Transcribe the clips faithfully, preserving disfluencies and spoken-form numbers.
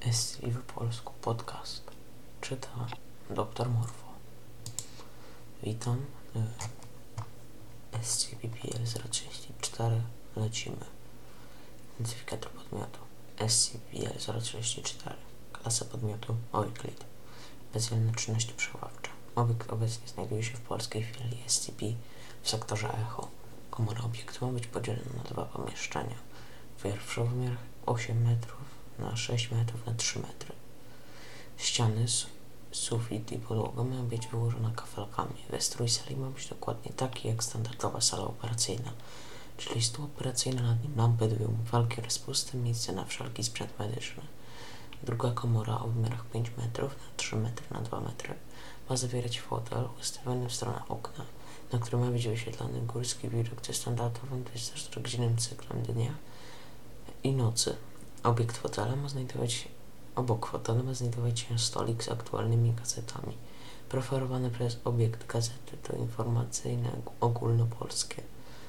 S C P po polsku podcast. Czyta doktor Morfo. Witam w S C P P L zero trzydzieści cztery. Lecimy. Identyfikator podmiotu S C P P L zero trzydzieści cztery. Klasa podmiotu Euclid. Specjalne czynności przechowawcze. Obiekt obecnie znajduje się w polskiej filii S C P w sektorze Echo. Komora obiektu ma być podzielona na dwa pomieszczenia. Pierwszy wymiar osiem metrów na sześć metrów na trzy metry. Ściany, su sufit i podłoga mają być wyłożone kafelkami. Wystrój sali ma być dokładnie taki jak standardowa sala operacyjna, czyli stół operacyjny, nad nim lampy, dwie umywalki oraz puste miejsce na wszelki sprzęt medyczny. Druga komora o wymiarach pięć metrów na trzy metry na dwa metry ma zawierać fotel ustawiony w stronę okna, na którym ma być wyświetlany górski widok ze standardowym dwudziestoma czterema godzinnym cyklem dnia i nocy. Obiekt fotela ma znajdować Obok fotela ma znajdować się stolik z aktualnymi gazetami. Preferowany przez obiekt gazety to informacyjne ogólnopolskie.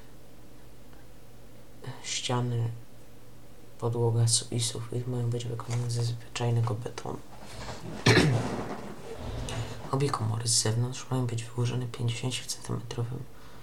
Ściany, podłoga i sufit mają być wykonane ze zwyczajnego betonu. Obie komory z zewnątrz mają być wyłożone pięćdziesięciocentymetrowym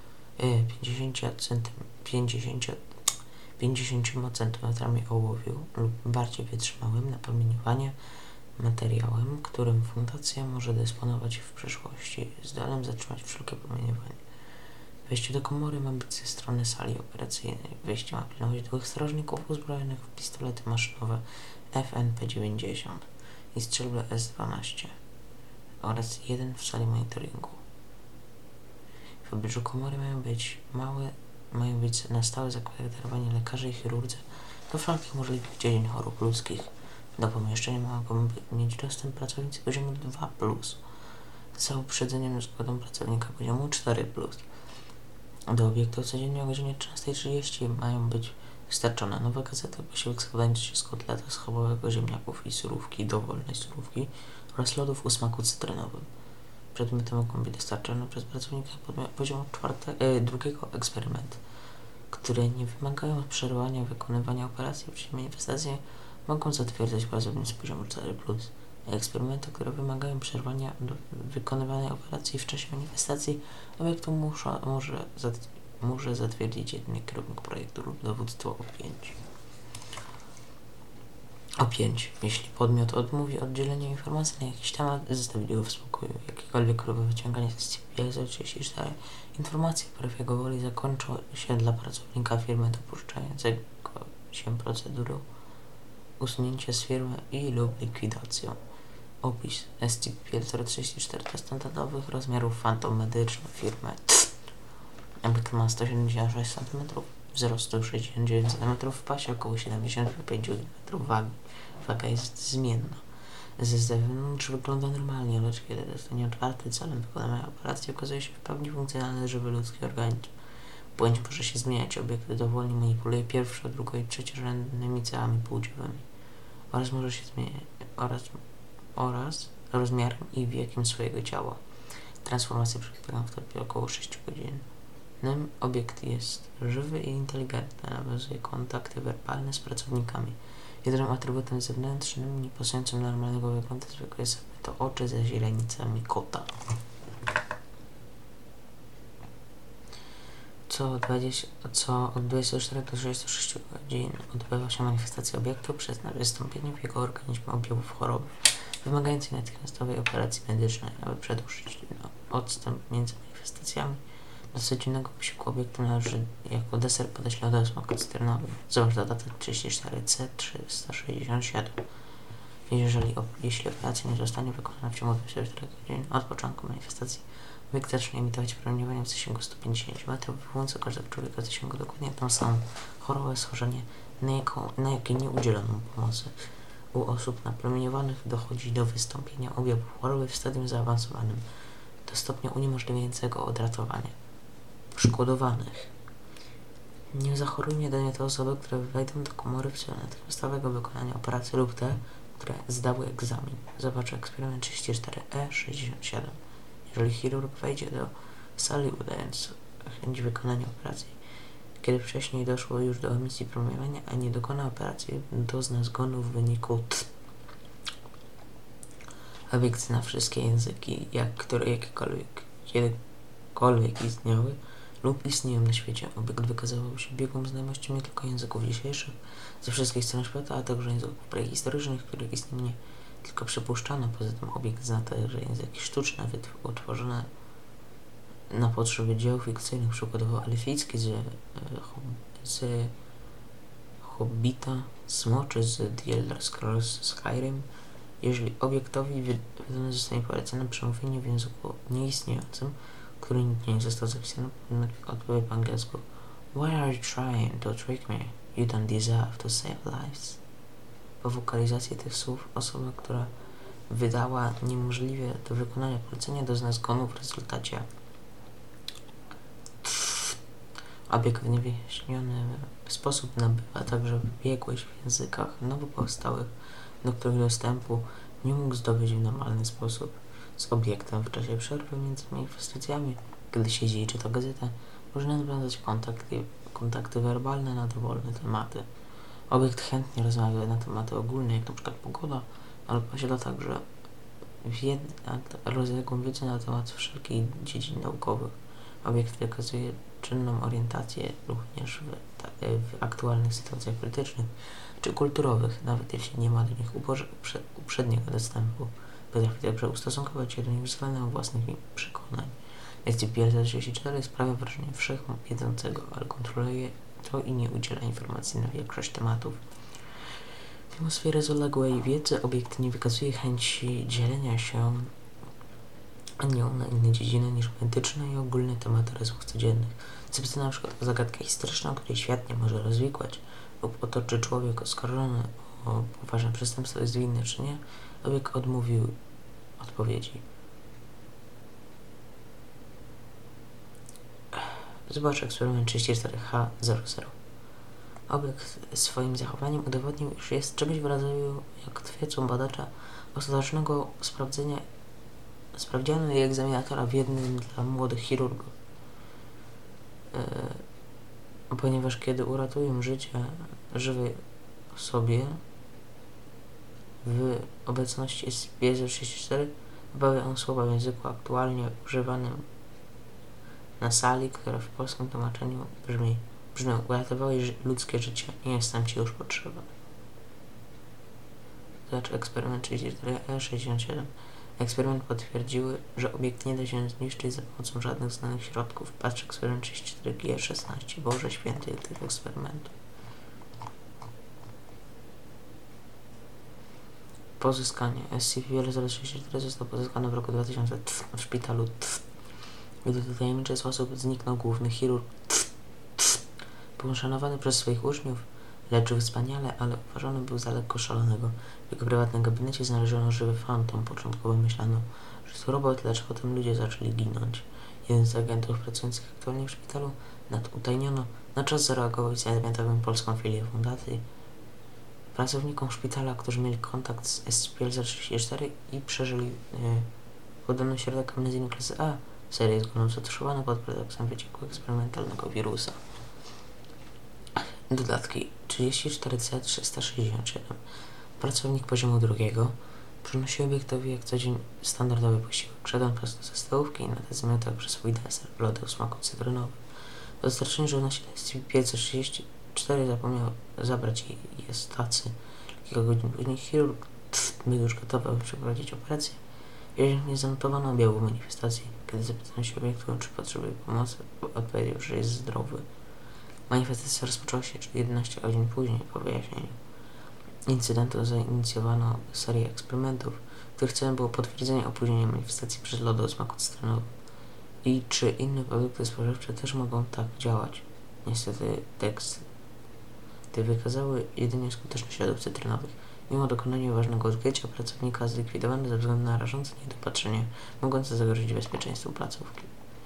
pięćdziesięcioma centymetrami ołowiu lub bardziej wytrzymałym na promieniowanie materiałem, którym fundacja może dysponować w przyszłości, zdolnym zatrzymać wszelkie promieniowanie. Wejście do komory ma być ze strony sali operacyjnej. Wejście ma pilnować dwóch strażników uzbrojonych w pistolety maszynowe F N P dziewięćdziesiąt i strzelbę S dwanaście oraz jeden w sali monitoringu. W pobliżu komory mają być małe mają być na stałe zakwaterowanie lekarzy i chirurdzy do wszelkich możliwych dziedzin chorób ludzkich. Do pomieszczenia mogą mieć dostęp pracownicy poziomu dwa plus, za uprzedzeniem zgodą pracownika poziomu cztery plus. Do obiektu codziennie o godzinie trzynastej trzydzieści mają być dostarczone nowe gazety, posiłek składający się z kotleta schabowego, ziemniaków i surówki, dowolnej surówki oraz lodów o smaku cytrynowym. Przedmioty mogą być dostarczone przez pracownika poziomu czwartego, e, drugiego eksperymentu, które nie wymagają przerwania wykonywania operacji przy manifestacji, mogą zatwierdzać pracownicy poziomu cztery plus. Eksperymenty, które wymagają przerwania do wykonywania operacji w czasie manifestacji obiektu musza, może, zat, może zatwierdzić jedynie kierownik projektu lub dowództwo O pięć. O pięć. Jeśli podmiot odmówi oddzielenia informacji na jakiś temat, zostawić go w spokoju. Jakiekolwiek próby wyciągania z S C P zero trzydzieści cztery informacje wbrew jego woli zakończą się dla pracownika firmy dopuszczającego się procedurą usunięcia z firmy i lub likwidacją. Opis S C P zero trzydzieści cztery to standardowych rozmiarów fantom medyczny firmy. Obiekt ma sto siedemdziesiąt sześć centymetrów, wzrost sto sześćdziesiąt dziewięć centymetrów, w pasie około siedemdziesiąt pięć centymetrów wagi. Waga jest zmienna. Ze zewnątrz wygląda normalnie, lecz kiedy zostanie otwarty celem wykonania operacji, okazuje się w pełni funkcjonalny żywy ludzki organizm. Płeć może się zmieniać, obiekt dowolnie manipuluje pierwszo-, drugo- i trzeciorzędnymi całami płciowymi oraz może się zmieniać oraz, oraz rozmiarem i wiekiem swojego ciała. Transformacje przebiegają w tempie około sześć godzin. Obiekt jest żywy i inteligentny, nawiązuje kontakty werbalne z pracownikami. Jedynym atrybutem zewnętrznym niepasującym do normalnego wyglądu zwykłej osoby to oczy ze źrenicami kota. Co, dwadzieścia, co od dwudziestu czterech do trzydziestu sześciu godzin odbywa się manifestacja obiektu przez wystąpienie w jego organizmie objawów choroby wymagającej natychmiastowej operacji medycznej, aby przedłużyć odstęp między manifestacjami. Do codziennego posiłku obiektu należy jako deser podać lody o smaku cytrynowym. Zobacz dodatek trzydzieści cztery C trzysta sześćdziesiąt siedem. Jeżeli jeśli operacja nie zostanie wykonana w ciągu dwudziestu czterech godzin od początku manifestacji, obiekt zacznie emitować promieniowanie w zasięgu sto pięćdziesiąt metrów, wywołując u każdego człowieka w zasięgu dokładnie tą samą chorobę, schorzenie, na, jaką, na jakie nie udzielono pomocy. U osób napromieniowanych dochodzi do wystąpienia objawów choroby w stadium zaawansowanym, do stopnia uniemożliwiającego odratowanie poszkodowanych. Nie zachorują jedynie te osoby, które wejdą do komory w celu natychmiastowego wykonania operacji lub te, które zdały egzamin. Zobacz eksperyment trzydzieści cztery E sześćdziesiąt siedem. Jeżeli chirurg wejdzie do sali udając chęć wykonania operacji, kiedy wcześniej doszło już do emisji promieniowania, a nie dokona operacji, dozna zgonu w wyniku t Obiekt zna wszystkie języki, jak, które jakiekolwiek, kiedykolwiek istniały lub istnieją na świecie. Obiekt wykazywał się biegłą znajomością nie tylko języków dzisiejszych ze wszystkich stron świata, a także języków prehistorycznych, których istnienie tylko przypuszczano. Poza tym obiekt zna także języki sztuczne utworzone na potrzeby dzieł fikcyjnych, przykładowo elficki z, z Hobbita, Smoczy z The Elder Scrolls Skyrim. Jeżeli obiektowi wydane zostanie polecone przemówienie w języku nieistniejącym, który nigdy nie został zapisany, odpowie po angielsku: Why are you trying to trick me? You don't deserve to save lives. Po wokalizacji tych słów osoba, która wydała niemożliwe do wykonania polecenia, dozna zgonu. W rezultacie obiekt w niewyjaśniony sposób nabywa także biegłość w językach nowo powstałych, do których dostępu nie mógł zdobyć w normalny sposób. Z obiektem w czasie przerwy między manifestacjami, gdy siedzi i czyta gazetę, można nawiązać kontakty, kontakty werbalne na dowolne tematy. Obiekt chętnie rozmawia na tematy ogólne, jak np. pogoda, ale posiada także rozległą wiedzę na temat wszelkich dziedzin naukowych. Obiekt wykazuje czynną orientację również w, w aktualnych sytuacjach politycznych czy kulturowych, nawet jeśli nie ma do nich uprzedniego dostępu. Potrafi także ustosunkować się do nich względem własnych przekonań. S C P zero trzydzieści cztery sprawia wrażenie wszechwiedzącego, ale kontroluje to i nie udziela informacji na większość tematów. Mimo swej rozległej wiedzy obiekt nie wykazuje chęci dzielenia się nią na inne dziedziny niż medyczne i ogólne tematy rozmów codziennych. Gdyby na przykład o zagadkę historyczną, której świat nie może rozwikłać, lub o to, czy człowiek oskarżony o poważne przestępstwo jest winny czy nie, obiekt odmówił odpowiedzi. Zobacz eksperyment trzydzieści cztery H zero zero. Obiekt swoim zachowaniem udowodnił, iż jest czymś w rodzaju, jak twierdzą badacze, ostatecznego sprawdzenia sprawdzianu i egzaminatora w jednym dla młodych chirurgów. Yy, ponieważ kiedy uratują życie żywej osobie w obecności S C P zero trzydzieści cztery, wybawia on słowa w języku aktualnie używanym na sali, które w polskim tłumaczeniu brzmi brzmią: uratowałeś ludzkie życie, nie jestem ci już potrzebny. Zobacz eksperyment trzydzieści cztery E sześćdziesiąt siedem. Eksperyment potwierdziły, że obiekt nie da się zniszczyć za pomocą żadnych znanych środków. Patrz eksperyment trzydzieści cztery G szesnaście. Boże święty tych eksperymentów. Pozyskanie. S C P zero trzydzieści cztery został pozyskany w roku dwa tysiące w szpitalu, gdy w tajemniczy sposób zniknął główny chirurg. Poszanowany przez swoich uczniów, leczył wspaniale, ale uważany był za lekko szalonego. W jego prywatnym gabinecie znaleziono żywy fantom. Początkowo myślano, że to robot, lecz potem ludzie zaczęli ginąć. Jeden z agentów pracujących aktualnie w szpitalu nadutajniono na czas zareagował zawiadamiał polską filię fundacji. Pracownikom szpitala, którzy mieli kontakt z S C P zero trzydzieści cztery i przeżyli yy, podobny środek amnezji klasy A, serię zgonów zatuszowana pod pretekstem wycieku eksperymentalnego wirusa. Dodatki trzydzieści cztery C trzysta sześćdziesiąt siedem. Pracownik poziomu drugiego przynosi obiektowi jak co dzień standardowy posiłek. Szedł prosto ze stołówki i natychmiast także swój deser, lody o smaku cytrynowym. Po dostarczeniu żywności S C P trzydzieści cztery zapomniał zabrać je z tacy. Kilka godzin później chirurg był już gotowy, aby przeprowadzić operację. Jeżeli nie zanotowano objawów manifestacji, kiedy zapytano się obiektu, czy potrzebuje pomocy, odpowiedział, że jest zdrowy. Manifestacja rozpoczęła się jedenaście godzin później. Po wyjaśnieniu incydentu zainicjowano serię eksperymentów, których celem było potwierdzenie opóźnienia manifestacji przez lody o smaku cytrynowym. I czy inne produkty spożywcze też mogą tak działać? Niestety teksty wykazały jedynie skuteczność lodów cytrynowych. Mimo dokonania ważnego odkrycia pracownika zlikwidowano ze względu na rażące niedopatrzenie mogące zagrozić bezpieczeństwu placówki.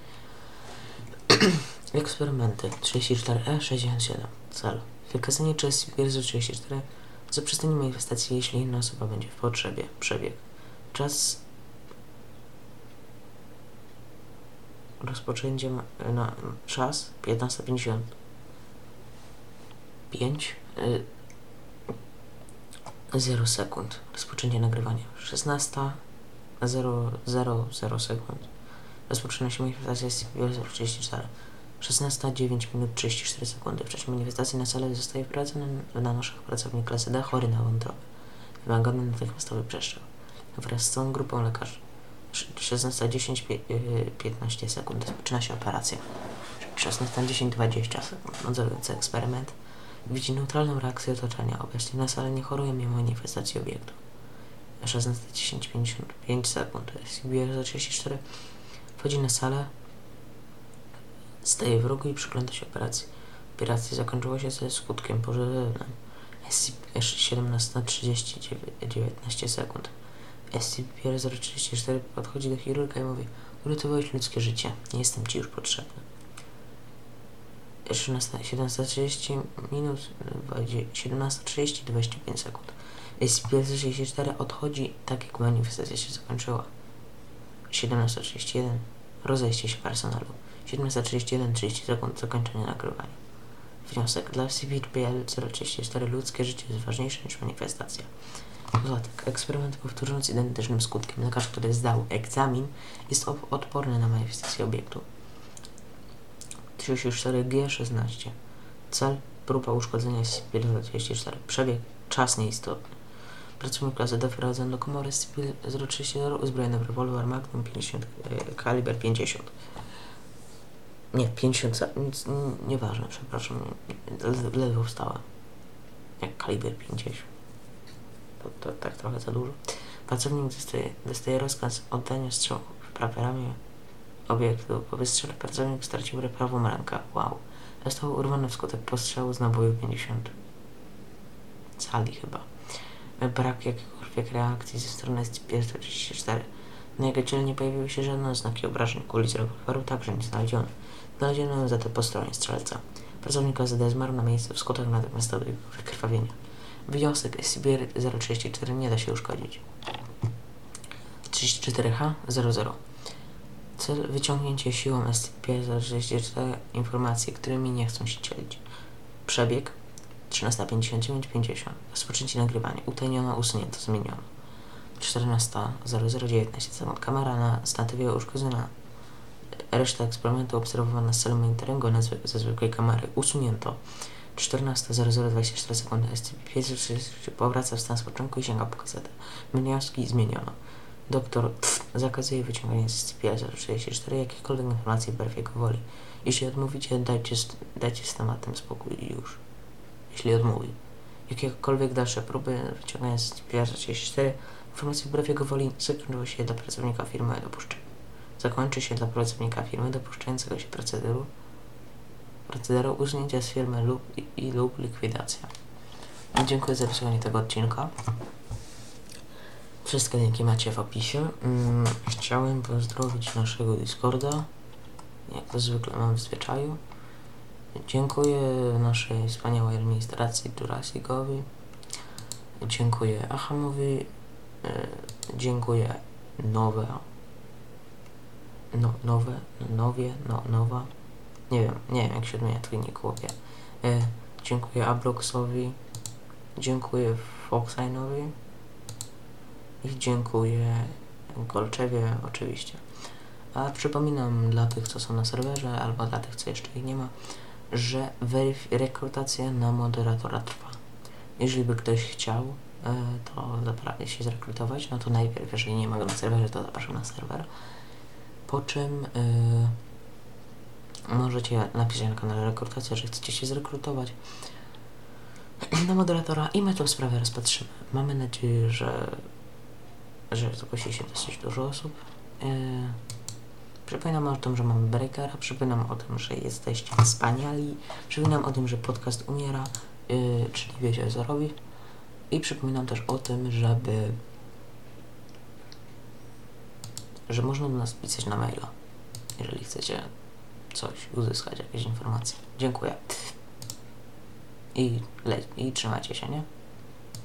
Eksperymenty trzydzieści cztery E sześćdziesiąt siedem. Cel: wykazanie czy S C P zero trzydzieści cztery zaprzestanie manifestacji, jeśli inna osoba będzie w potrzebie. Przebieg: czas rozpoczęcie na czas piętnasta pięćdziesiąt pięć zero sekund. Rozpoczęcie nagrywania szesnasta zero przecinek zero sekund. Rozpoczyna się manifestacja S C P zero trzydzieści cztery. szesnasta dziewięć minut trzydzieści cztery sekundy. W czasie manifestacji na salę zostaje wprowadzony na naszych pracownik klasy D chory na wątrobę. Wymagany natychmiastowy przeszczep. Wraz z całą grupą lekarzy. szesnasta dziesięć piętnaście sekund. Rozpoczyna się operacja. szesnasta dziesięć dwadzieścia sekund. Nadzorujący eksperyment widzi neutralną reakcję otoczenia. Obecnie na salę nie choruje mimo manifestacji obiektu. szesnasta dziesięć pięćdziesiąt pięć sekund. S C P zero trzydzieści cztery wchodzi na salę, staje w rogu i przygląda się operacji. Operacja zakończyła się ze skutkiem pozytywnym. S C P siedemnaście trzydzieści dziewiętnaście sekund. S C P zero trzydzieści cztery podchodzi do chirurga i mówi: uratowałeś ludzkie życie, nie jestem ci już potrzebny. siedemnaście trzydzieści minut, siedemnaście trzydzieści dwadzieścia pięć sekund. S C P zero trzydzieści cztery odchodzi tak jak manifestacja się zakończyła. siedemnaście trzydzieści jeden rozejście się personelu. siedemnaście trzydzieści jeden trzydzieści sekund zakończenie nagrywania. Wniosek dla S C P zero trzydzieści cztery ludzkie życie jest ważniejsze niż manifestacja. Dodatek. Eksperyment powtórzony z identycznym skutkiem. Lekarz, który zdał egzamin, jest odporny na manifestację obiektu. trzydzieści cztery G szesnaście. Cel: próba uszkodzenia S C P zero trzydzieści cztery. Przebieg: czas nieistotny. Pracownik klasy D wprowadzony do komory S C P zero trzydzieści cztery uzbrojony w rewolwer Magnum pięćdziesiąt, e, kaliber pięćdziesiąt. Nie, pięćdziesiąt, nic, nieważne, przepraszam, ledwo wstałem. Jak kaliber pięćdziesiąt. To, to tak trochę za dużo. Pracownik dostaje, dostaje rozkaz oddania strzału w prawe ramię obiektu. Po wystrzale pracownik stracił prawą rękę. Wow. Został urwany wskutek postrzału z naboju pięćdziesiąt. Cali chyba. Brak jakiejkolwiek reakcji ze strony S C P zero trzydzieści cztery. Na jego ciele nie pojawiły się żadne oznaki obrażeń. Kuli z rewolweru także nie znaleziono. Znaleziono ją za to po stronie strzelca. Pracownik klasy D zmarł na miejscu wskutek natychmiastowego wykrwawienia. Wniosek: S C P zero trzydzieści cztery nie da się uszkodzić. trzydzieści cztery H zero zero. Cel: wyciągnięcie siłą S C P zero trzydzieści cztery informacji, którymi nie chcą się dzielić. Przebieg: trzynaście pięćdziesiąt dziewięć pięćdziesiąt. Rozpoczęcie nagrywania. Utajniono, usunięto, zmieniono. czternaście zero zero dziewiętnaście sekund. Kamera na statywie uszkodzona. Reszta eksperymentu obserwowana z celu monitoringu na zwy ze zwykłej kamery. Usunięto. czternaście zero zero dwadzieścia cztery sekundy. S C P zero trzydzieści cztery powraca w stan spoczynku i sięga po kasetę. Wnioski zmieniono. Doktor pff, zakazuje wyciągania z S C P zero trzydzieści cztery jakichkolwiek informacji wbrew jego woli. Jeśli odmówicie, dajcie, dajcie z tematem spokój i już. Jeśli odmówi. Jakiekolwiek dalsze próby wyciągania z S C P zero trzydzieści cztery informacji wbrew jego woli zakończyły się dla pracownika firmy dopuszczenia. Zakończy się dla pracownika firmy dopuszczającego się procederu procederu usunięcia z firmy lub i, i lub likwidacja. Dziękuję za wysłuchanie tego odcinka. Wszystkie linki macie w opisie. Hmm, chciałem pozdrowić naszego Discorda. Jak to zwykle mam w zwyczaju. Dziękuję naszej wspaniałej administracji Jurassicowi. Dziękuję Ahamowi. Yy, dziękuję Nowe. No, nowe, nowie, no, nowa. Nie wiem, nie wiem jak się odmienia twójnik chłopie. Yy, dziękuję Abloxowi. Dziękuję Foxainowi. I dziękuję Golczewie oczywiście. A przypominam dla tych, co są na serwerze, albo dla tych, co jeszcze ich nie ma, że rekrutacja na moderatora trwa. Jeżeli by ktoś chciał yy, to się zrekrutować, no to najpierw, jeżeli nie ma go na serwerze, to zapraszam na serwer. Po czym yy, możecie napisać na kanale rekrutacja, że chcecie się zrekrutować na moderatora i my tą sprawę rozpatrzymy. Mamy nadzieję, że, że zgłosi się dosyć dużo osób. Yy, przypominam o tym, że mamy breakera, przypominam o tym, że jesteście wspaniali, przypominam o tym, że podcast umiera, yy, czyli wiecie co robi. I przypominam też o tym, żeby że można do nas pisać na maila, jeżeli chcecie coś uzyskać, jakieś informacje. Dziękuję. I, le I trzymajcie się, nie?